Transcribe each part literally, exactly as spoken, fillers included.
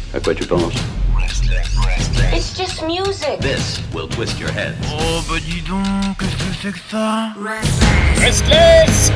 À quoi tu penses? It's just music. This will twist your head. Oh bah dis donc, qu'est-ce que c'est que ça? Restless.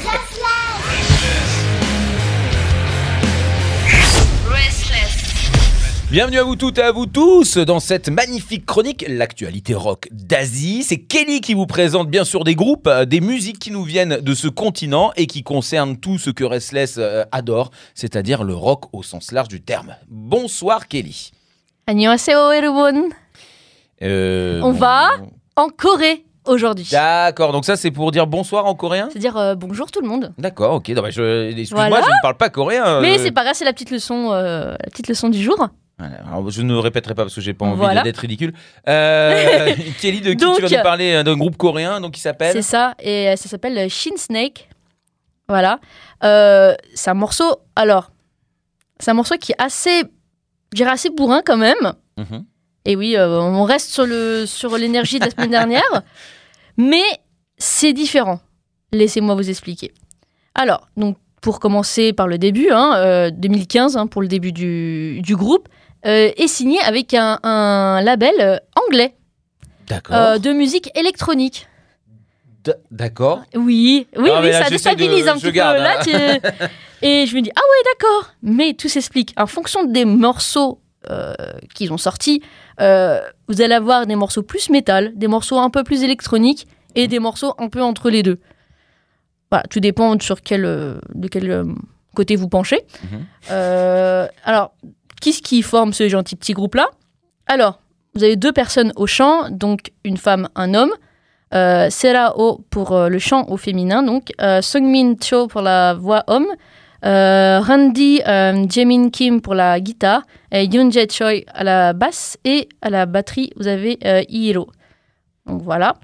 Bienvenue à vous toutes et à vous tous dans cette magnifique chronique, l'actualité rock d'Asie. C'est Kelly qui vous présente bien sûr des groupes, des musiques qui nous viennent de ce continent et qui concernent tout ce que Restless adore, c'est-à-dire le rock au sens large du terme. Bonsoir Kelly. Annyeonghaseyo 여러분. Euh, On bon... va en Corée aujourd'hui. D'accord, donc ça c'est pour dire bonsoir en coréen ? C'est-à-dire euh, bonjour tout le monde. D'accord, ok. Non, bah je... Excuse-moi, Voilà. je ne parle pas coréen. Mais euh... c'est pas grave, c'est la petite leçon, euh, la petite leçon du jour. Alors, je ne répéterai pas parce que j'ai pas envie Voilà. d'être ridicule. Euh, Kelly, de qui Donc, tu vas nous parler d'un groupe coréen donc qui s'appelle C'est ça, et euh, ça s'appelle euh, Shin Snake. Voilà. Euh, c'est un morceau. Alors, c'est un morceau qui est assez, je dirais assez bourrin quand même. Mhm. Et oui, euh, on reste sur le sur l'énergie de la semaine dernière, mais c'est différent. Laissez-moi vous expliquer. Alors, donc pour commencer par le début, hein, euh, deux mille quinze hein, pour le début du, du groupe, euh, est signé avec un, un label euh, anglais D'accord. euh, de musique électronique. D- D'accord. Oui, oui, Ah, mais oui, là, ça j'essaie déstabilise de- un je petit garde, peu. Là, hein. tu- Et je me dis, ah ouais, d'accord. Mais tout s'explique. En fonction des morceaux euh, qu'ils ont sortis, euh, vous allez avoir des morceaux plus métal, des morceaux un peu plus électroniques et des morceaux un peu entre les deux. Voilà, tout dépend sur quel, euh, de quel euh, côté vous penchez. Mhm. Euh, alors, qu'est-ce qui forme ce gentil petit groupe-là ? Alors, vous avez deux personnes au chant, donc une femme, un homme. Euh, Sera Oh pour euh, le chant au féminin, donc euh, Sungmin Cho pour la voix homme, euh, Randy euh, Jaemin Kim pour la guitare, et Yoon Jae Choi à la basse et à la batterie, vous avez euh, Hiro. Donc voilà.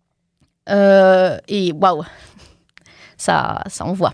Euh, et waouh, ça, ça envoie.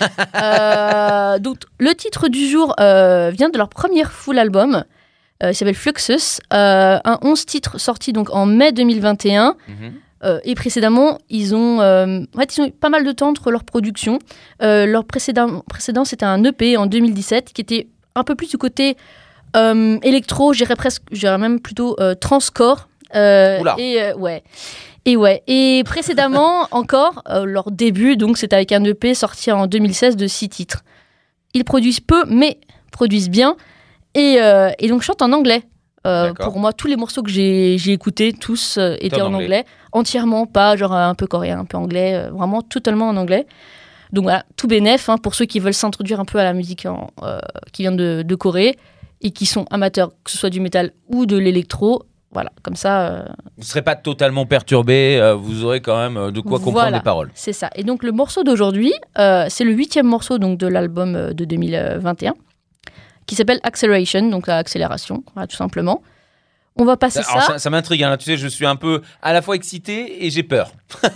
euh, donc le titre du jour euh, vient de leur premier full album. Euh, il s'appelle Fluxus, euh, un onze titres sorti donc en mai deux mille vingt et un. Mhm. Euh, et précédemment, ils ont, euh, en fait, ils ont eu pas mal de temps entre leur production. Euh, leur précédent, précédent, c'était un E P en deux mille dix-sept qui était un peu plus du côté euh, électro, je dirais presque, je dirais même plutôt euh, transcore. Euh, Oula. et euh, ouais. Et ouais. Et précédemment encore, euh, leur début, donc c'était avec un E P sorti en deux mille seize de six titres. Ils produisent peu, mais produisent bien. Et, euh, et donc chantent en anglais. Euh, D'accord. pour moi, tous les morceaux que j'ai, j'ai écoutés, tous euh, étaient en en anglais. anglais. Entièrement, pas genre un peu coréen, un peu anglais, euh, vraiment totalement en anglais. Donc voilà, tout bénef hein, pour ceux qui veulent s'introduire un peu à la musique en, euh, qui vient de, de Corée et qui sont amateurs, que ce soit du métal ou de l'électro. Voilà, comme ça. Euh, Vous ne serez pas totalement perturbé, euh, vous aurez quand même euh, de quoi comprendre voilà, les paroles. c'est ça. Et donc le morceau d'aujourd'hui, euh, c'est le huitième morceau donc, de l'album euh, de deux mille vingt et un qui s'appelle Acceleration, donc la accélération, voilà, tout simplement. On va passer Alors, ça. ça, ça m'intrigue, hein. Tu sais, je suis un peu à la fois excité et j'ai peur.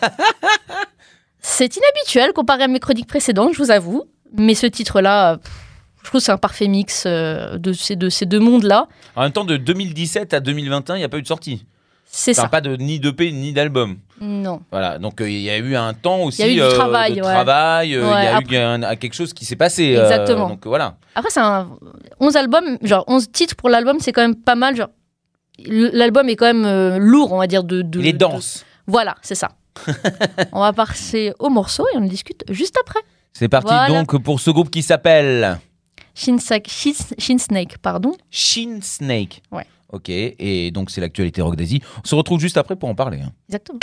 C'est inhabituel comparé à mes chroniques précédentes, je vous avoue. Mais ce titre-là, pff, je trouve que c'est un parfait mix euh, de, ces, de ces deux mondes-là. En même temps, de deux mille dix-sept à deux mille vingt et un, il n'y a pas eu de sortie. C'est Enfin, ça. pas de, ni d'E P ni d'album. Non. Voilà, donc il euh, y a eu un temps aussi Il y a eu du euh, travail, de ouais. travail, euh, il Ouais, y a après- eu un- un- quelque chose qui s'est passé. euh, Exactement. donc voilà. Après, c'est un onze albums, genre onze titres pour l'album, c'est quand même pas mal. Genre, l'album est quand même euh, lourd, on va dire. De, de, Il est de- dense. Voilà, c'est ça. On va passer au morceau et on en discute juste après. C'est parti Voilà. donc pour ce groupe qui s'appelle Shin, Shin, Shin Snake, pardon. Shin Snake. Ouais. Ok, et donc c'est l'actualité rock d'Asie. On se retrouve juste après pour en parler. hein. Exactement.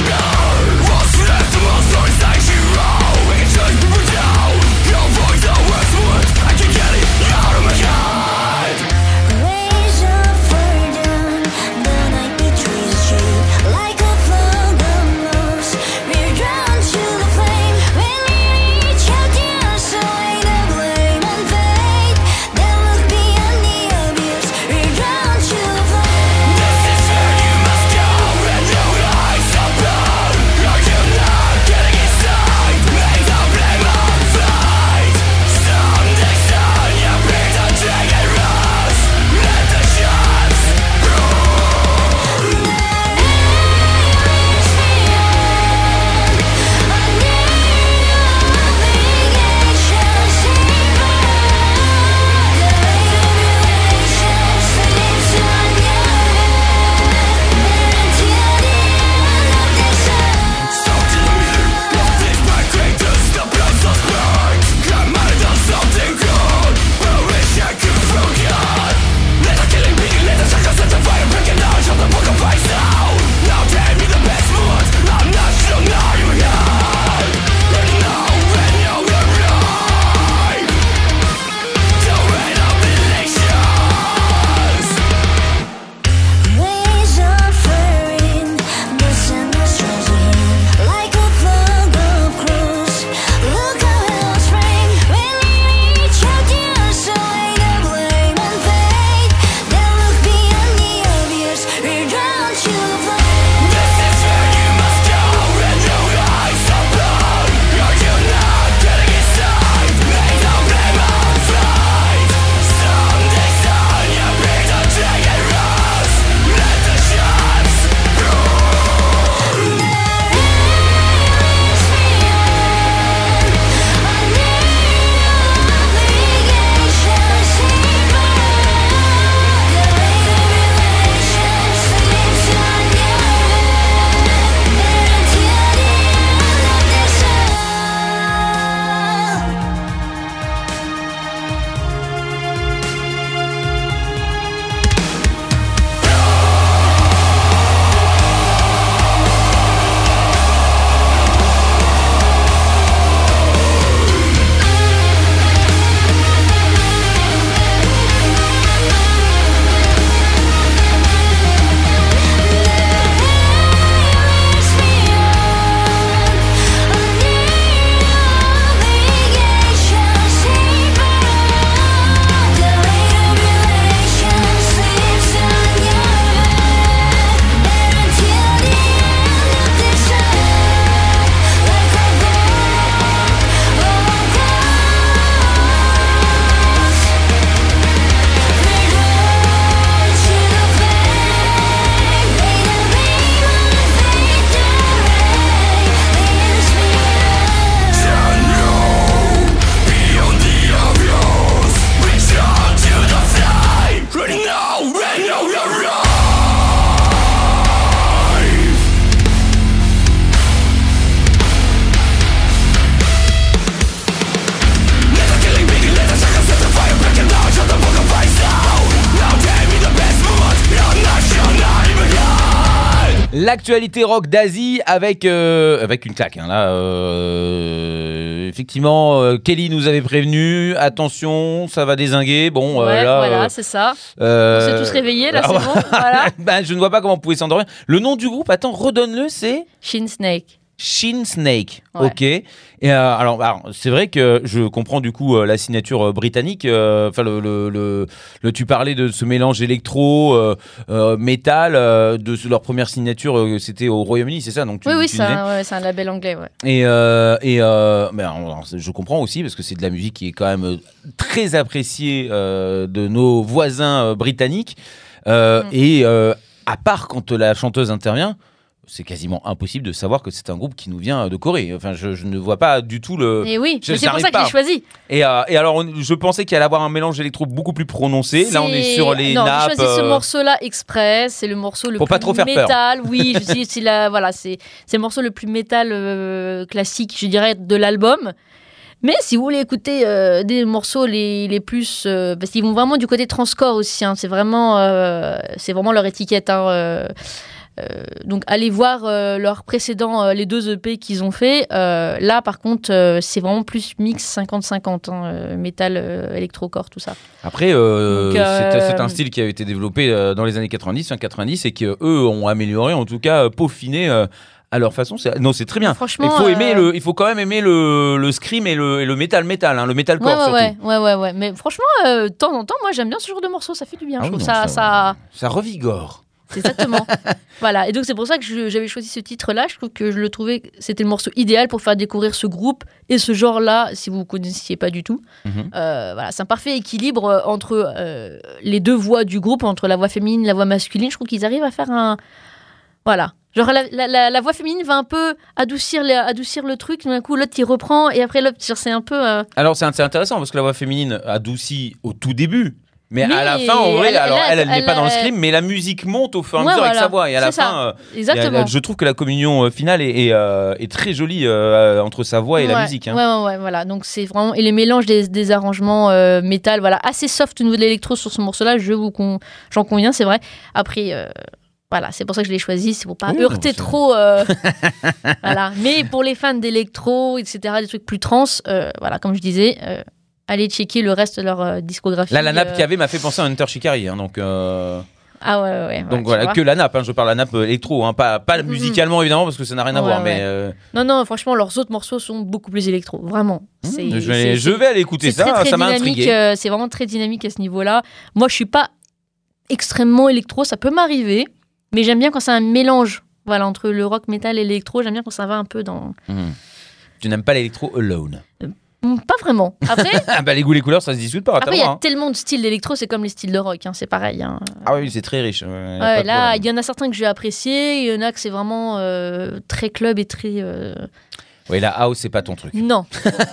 Your voice L'actualité rock d'Asie avec, euh, avec une claque. Hein, là, euh, effectivement, euh, Kelly nous avait prévenu. Attention, ça va dézinguer. Bon, euh, Ouais, là, voilà, euh, c'est ça. euh, On s'est tous réveillés, là, ah, c'est bon. Voilà. ben, je ne vois pas comment vous pouvez s'endormir. Le nom du groupe, attends, redonne-le, c'est Shin Snake. Shin Snake. Ouais. Ok. Et euh, alors, alors, c'est vrai que je comprends du coup euh, la signature euh, britannique. euh, Enfin, le, le, le, le- tu parlais de ce mélange électro, euh, euh, métal, euh, de ce- leur première signature, euh, c'était au Royaume-Uni, c'est ça? Donc tu, Oui, oui, tu c'est disais. un, ouais, c'est un label anglais, ouais. Et, euh, et euh, mais alors, alors, je comprends aussi parce que c'est de la musique qui est quand même euh, très appréciée euh, de nos voisins euh, britanniques. Euh, Mm. Et euh, à part quand la chanteuse intervient, c'est quasiment impossible de savoir que c'est un groupe qui nous vient de Corée. Enfin, je, je ne vois pas du tout le. Et oui, je- mais c'est pour j'arrive ça que pas. j'ai choisi. Et, euh, et alors, on- je pensais qu'il allait avoir un mélange électro beaucoup plus prononcé. Là, on est C'est- sur les non, nappes. j'ai choisi ce euh, morceau-là exprès. C'est le morceau le Pour plus pas trop faire peur. métal. Oui, je dis, c'est la, voilà, c'est c'est le morceau le plus métal euh, classique, je dirais, de l'album. Mais si vous voulez écouter euh, des morceaux les, les plus, euh, parce qu'ils vont vraiment du côté transcore aussi. Hein, c'est vraiment, euh, c'est vraiment leur étiquette. Hein, euh, euh, donc allez voir euh, leurs précédents, euh, les deux E P qu'ils ont fait. Euh, là, par contre, euh, c'est vraiment plus mix cinquante cinquante, hein, euh, métal, euh, électrocore, tout ça. Après, euh, Donc, euh, c'est, c'est un style qui a été développé euh, dans les années quatre-vingt-dix, fin quatre-vingt-dix, et qu'eux ont amélioré, en tout cas euh, peaufiné euh, à leur façon. C'est, non, c'est très bien. Franchement, il faut aimer euh, le, il faut quand même aimer le, le scream et le, et le métal métal, hein, le metalcore Ouais, ouais, surtout. ouais, ouais, ouais, ouais. Mais franchement, euh, de temps en temps, moi, j'aime bien ce genre de morceaux. Ça fait du bien. Ah je oui, trouve non, ça, ça- ça, Ça revigore. c'est exactement. Voilà. Et donc, c'est pour ça que je- j'avais choisi ce titre-là. Je trouve que je le trouvais, c'était le morceau idéal pour faire découvrir ce groupe et ce genre-là, si vous ne connaissiez pas du tout. Mhm. Euh, voilà, c'est un parfait équilibre euh, entre euh, les deux voix du groupe, entre la voix féminine et la voix masculine. Je trouve qu'ils arrivent à faire un. Voilà. Genre, la, la- la- la voix féminine va un peu adoucir, les- adoucir le truc. D'un coup, l'autre, il reprend. Et après, l'autre, genre, c'est un peu. euh, Alors c'est, c'est intéressant parce que la voix féminine adoucit au tout début. Mais, Mais à la fin, en vrai, elle- alors elle- elle, elle, n'est elle- pas dans le elle- scream, mais la musique monte au fur et à Ouais, mesure avec voilà. sa voix. Et à la C'est ça. fin, euh, Exactement. il y a- je trouve que la communion euh, finale est, est, euh, est très jolie euh, entre sa voix et la Ouais, musique. Hein. Ouais, ouais, ouais, voilà. Donc c'est vraiment et les mélanges des, des arrangements euh, métal, voilà, assez soft au niveau de l'électro sur ce morceau-là. Je vous con... j'en conviens, c'est vrai. Après, euh, voilà, c'est pour ça que je l'ai choisi, c'est pour pas Oui, heurter non, c'est- trop. euh, voilà. Mais pour les fans d'électro, et cetera, des trucs plus trans, euh, voilà, comme je disais. Euh, allez checker le reste de leur euh, discographie. Là, la nappe euh, qu'il y avait m'a fait penser à Hunter Shikari. Hein, donc, euh, Ah ouais, ouais, ouais. donc ouais, tu voilà, vois. que la nappe. Hein, je parle de la nappe euh, électro, hein, pas, pas Mhm. musicalement évidemment parce que ça n'a rien à Ouais, voir. ouais. Mais euh, Non, non, franchement, leurs autres morceaux sont beaucoup plus électro, vraiment. C'est- je, vais, c'est- je vais aller écouter C'est ça. très, très ça m'a dynamique, intrigué. euh, c'est vraiment très dynamique à ce niveau-là. Moi, je suis pas extrêmement électro, ça peut m'arriver, mais j'aime bien quand c'est un mélange, voilà, entre le rock, métal et l'électro. J'aime bien quand ça va un peu dans. Mhm. Tu n'aimes pas l'électro alone. Hmm, Pas vraiment. Après, Ah bah les goûts les couleurs ça se discute pas. t'as après, le il y a droit, hein. tellement de styles d'électro, c'est comme les styles de rock, hein, c'est pareil. hein. Ah oui c'est très riche. ouais, y a Ouais, pas de là, problème. il y en a certains que j'ai appréciés, il y en a que c'est vraiment euh, très club et très. euh, Ouais, la house c'est pas ton truc. Non,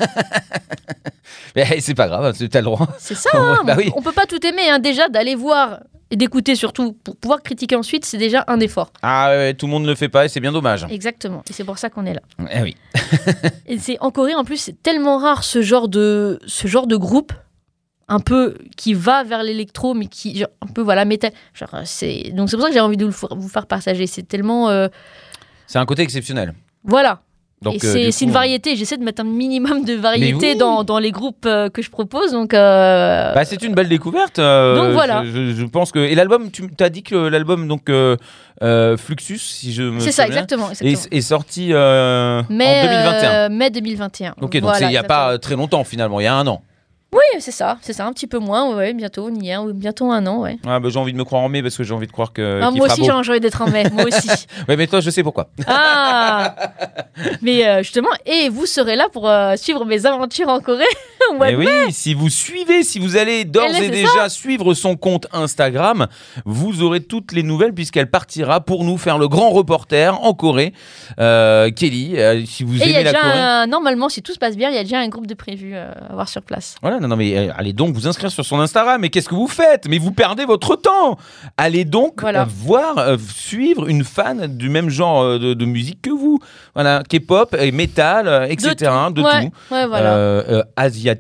Mais c'est pas grave, t'as le droit. c'est ça. hein, Bah on, oui. on peut pas tout aimer. hein. Déjà, d'aller voir et d'écouter surtout pour pouvoir critiquer ensuite, c'est déjà un effort. Ah ouais, tout le monde ne le fait pas et c'est bien dommage. Exactement. Et c'est pour ça qu'on est là. Eh oui. Et c'est en Corée en plus, c'est tellement rare ce genre de ce genre de groupe un peu qui va vers l'électro mais qui genre, un peu voilà métal. Genre c'est donc c'est pour ça que j'ai envie de vous, le faire- vous faire partager. C'est tellement euh, C'est un côté exceptionnel. voilà. Donc, et euh, c'est du c'est coup, une variété. J'essaie de mettre un minimum de variété oui. dans, dans les groupes euh, que je propose. Donc euh, Bah, c'est une belle découverte. euh, Donc, voilà. Je, je- je pense que et l'album, tu as dit que l'album donc euh, euh, Fluxus, si je me c'est ça souviens, exactement. exactement. est, est sorti euh, mai, en deux mille vingt et un. euh, mai deux mille vingt et un. Ok, donc Voilà, c'est il y a exactement. pas très longtemps finalement, il y a un an. Oui, c'est ça, c'est ça, un petit peu moins, ouais, bientôt, on y est, ou bientôt un an, ouais. Ah, bah, j'ai envie de me croire en mai parce que j'ai envie de croire que. Ah, qu'il moi fera aussi, beau. j'ai envie d'être en mai, moi aussi. Ouais, mais toi, je sais pourquoi. Ah Mais euh, justement, et vous serez là pour euh, suivre mes aventures en Corée au mois Mais de oui, mai. si vous suivez, si vous allez d'ores Elle est- et c'est déjà suivre son compte Instagram, vous aurez toutes les nouvelles puisqu'elle partira pour nous faire le grand reporter en Corée. Euh, Kelly, euh, si vous Et il y aimez a la déjà, Corée. un- normalement, si tout se passe bien, il y a déjà un groupe de prévus euh, à voir sur place. Voilà, non, non, mais euh, allez donc vous inscrire sur son Instagram. Mais qu'est-ce que vous faites? Mais vous perdez votre temps. Allez donc Voilà. euh, voir, euh, suivre une fan du même genre euh, de, de musique que vous. Voilà, K-pop et métal, euh, et cetera. De, ouais, tout. ouais, voilà. Euh, euh, asiat-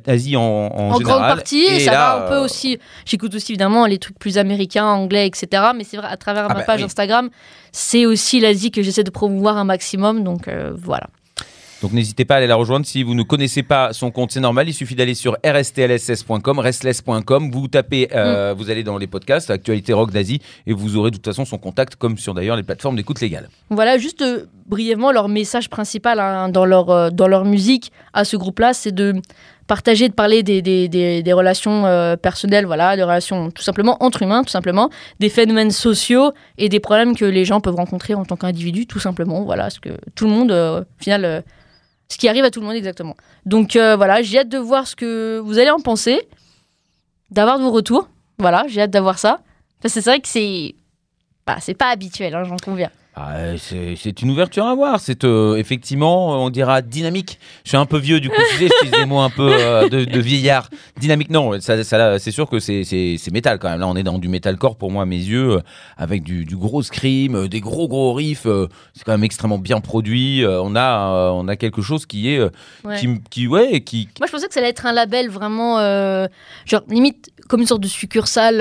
l'Asie en, en, en général. grande partie, et ça là, va un peu aussi. J'écoute aussi évidemment les trucs plus américains, anglais, et cetera. Mais c'est vrai, à travers Ah ma bah, page oui. Instagram, c'est aussi l'Asie que j'essaie de promouvoir un maximum. Donc euh, voilà. Donc n'hésitez pas à aller la rejoindre. Si vous ne connaissez pas son compte, c'est normal. Il suffit d'aller sur r s t l s s point com, restless point com. Vous tapez, euh, mm. vous allez dans les podcasts, Actualité Rock d'Asie, et vous aurez de toute façon son contact, comme sur d'ailleurs les plateformes d'écoute légale. Voilà, juste euh, brièvement, leur message principal hein, dans, leur, euh, dans leur musique à ce groupe-là, c'est de partager, de parler des, des, des, des relations euh, personnelles, voilà, des relations tout simplement entre humains, tout simplement, des phénomènes sociaux et des problèmes que les gens peuvent rencontrer en tant qu'individu, tout simplement. Voilà, parce que tout le monde, euh, au final... Euh, ce qui arrive à tout le monde exactement. Donc euh, voilà, j'ai hâte de voir ce que vous allez en penser, d'avoir de vos retours. Voilà, j'ai hâte d'avoir ça. Parce que c'est vrai que c'est, bah, c'est pas habituel, hein, j'en conviens. Ah, c'est, c'est une ouverture à voir. C'est euh, effectivement, on dira dynamique. Je suis un peu vieux, du coup, tu sais, je dis des mots un peu euh, de, de vieillard. Dynamique, non, ça, ça, là, c'est sûr que c'est, c'est, c'est métal quand même. Là, on est dans du metalcore pour moi, à mes yeux, euh, avec du, du gros scream, euh, des gros gros riffs. Euh, c'est quand même extrêmement bien produit. Euh, on a, euh, on a quelque chose qui est, euh, Ouais. qui, qui, ouais, qui. Moi, je pensais que ça allait être un label vraiment, euh, genre limite comme une sorte de succursale,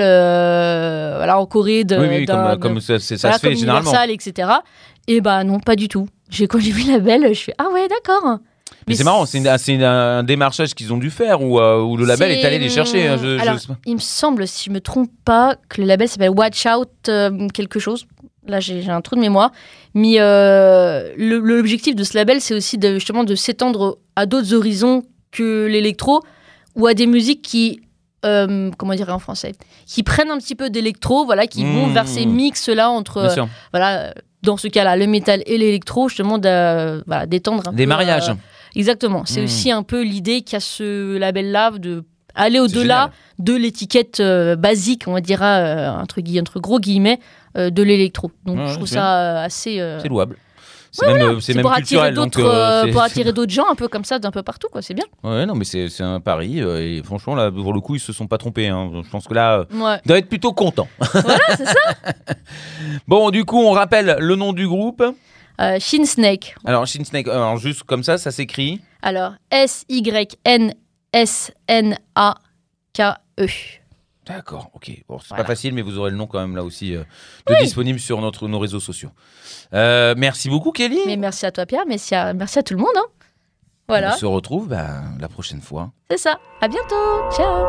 euh, voilà, en Corée de, Oui, oui, d'un- comme, comme de- ça, c'est, ça voilà, se fait comme généralement. Universal, et cetera. Et bah non, pas du tout. J'ai, quand j'ai vu le label, je fais ah ouais, d'accord. Mais c'est marrant, c'est, une- c'est une- un démarchage qu'ils ont dû faire ou euh, où le label C'est- est allé les chercher. hein, je- je- Alors, il me semble, si je me trompe pas, que le label s'appelle Watch Out euh, quelque chose. Là, j'ai, j'ai un trou de mémoire. Mais euh, le- l'objectif de ce label, c'est aussi de, justement de s'étendre à d'autres horizons que l'électro ou à des musiques qui, euh, comment dire en français, qui prennent un petit peu d'électro, voilà, qui Mmh. vont vers ces mix-là entre, Bien euh, sûr. voilà, dans ce cas-là, le métal et l'électro, justement, de, voilà, d'étendre un Des peu, mariages. euh, exactement. C'est Mmh. aussi un peu l'idée qu'a ce label-là de aller C'est au-delà génial. de l'étiquette euh, basique, on va dire, euh, entre, gui- entre gros guillemets, euh, de l'électro. Donc Ouais, je trouve c'est ça euh, assez... euh, C'est louable. C'est même, euh, c'est c'est même pour attirer, culturel. Donc, d'autres, euh, euh, c'est- pour c'est- attirer d'autres gens un peu comme ça d'un peu partout, quoi. C'est bien. Ouais, non, mais c'est, c'est un pari. euh, et franchement, là, pour le coup, ils se sont pas trompés. hein. Je pense que là, euh, Ouais. ils doivent être plutôt contents. Voilà, c'est ça. Bon, du coup, on rappelle le nom du groupe. Euh, Shin Snake. Alors, Shin Snake, alors, juste comme ça, ça s'écrit. Alors, S Y N S N A K E. D'accord, ok. Bon, c'est Voilà. pas facile, mais vous aurez le nom quand même là aussi euh, de disponible sur notre, nos réseaux sociaux. Euh, merci beaucoup, Kelly. Mais merci à toi, Pierre. Merci à, merci à tout le monde. Hein. Voilà, On se retrouve bah, la prochaine fois. c'est ça. À bientôt. Ciao.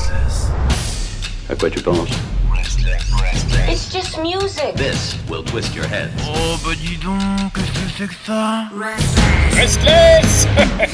À quoi tu penses? It's just music. This will twist your head. Oh bah dis donc, qu'est-ce que c'est que ça Restless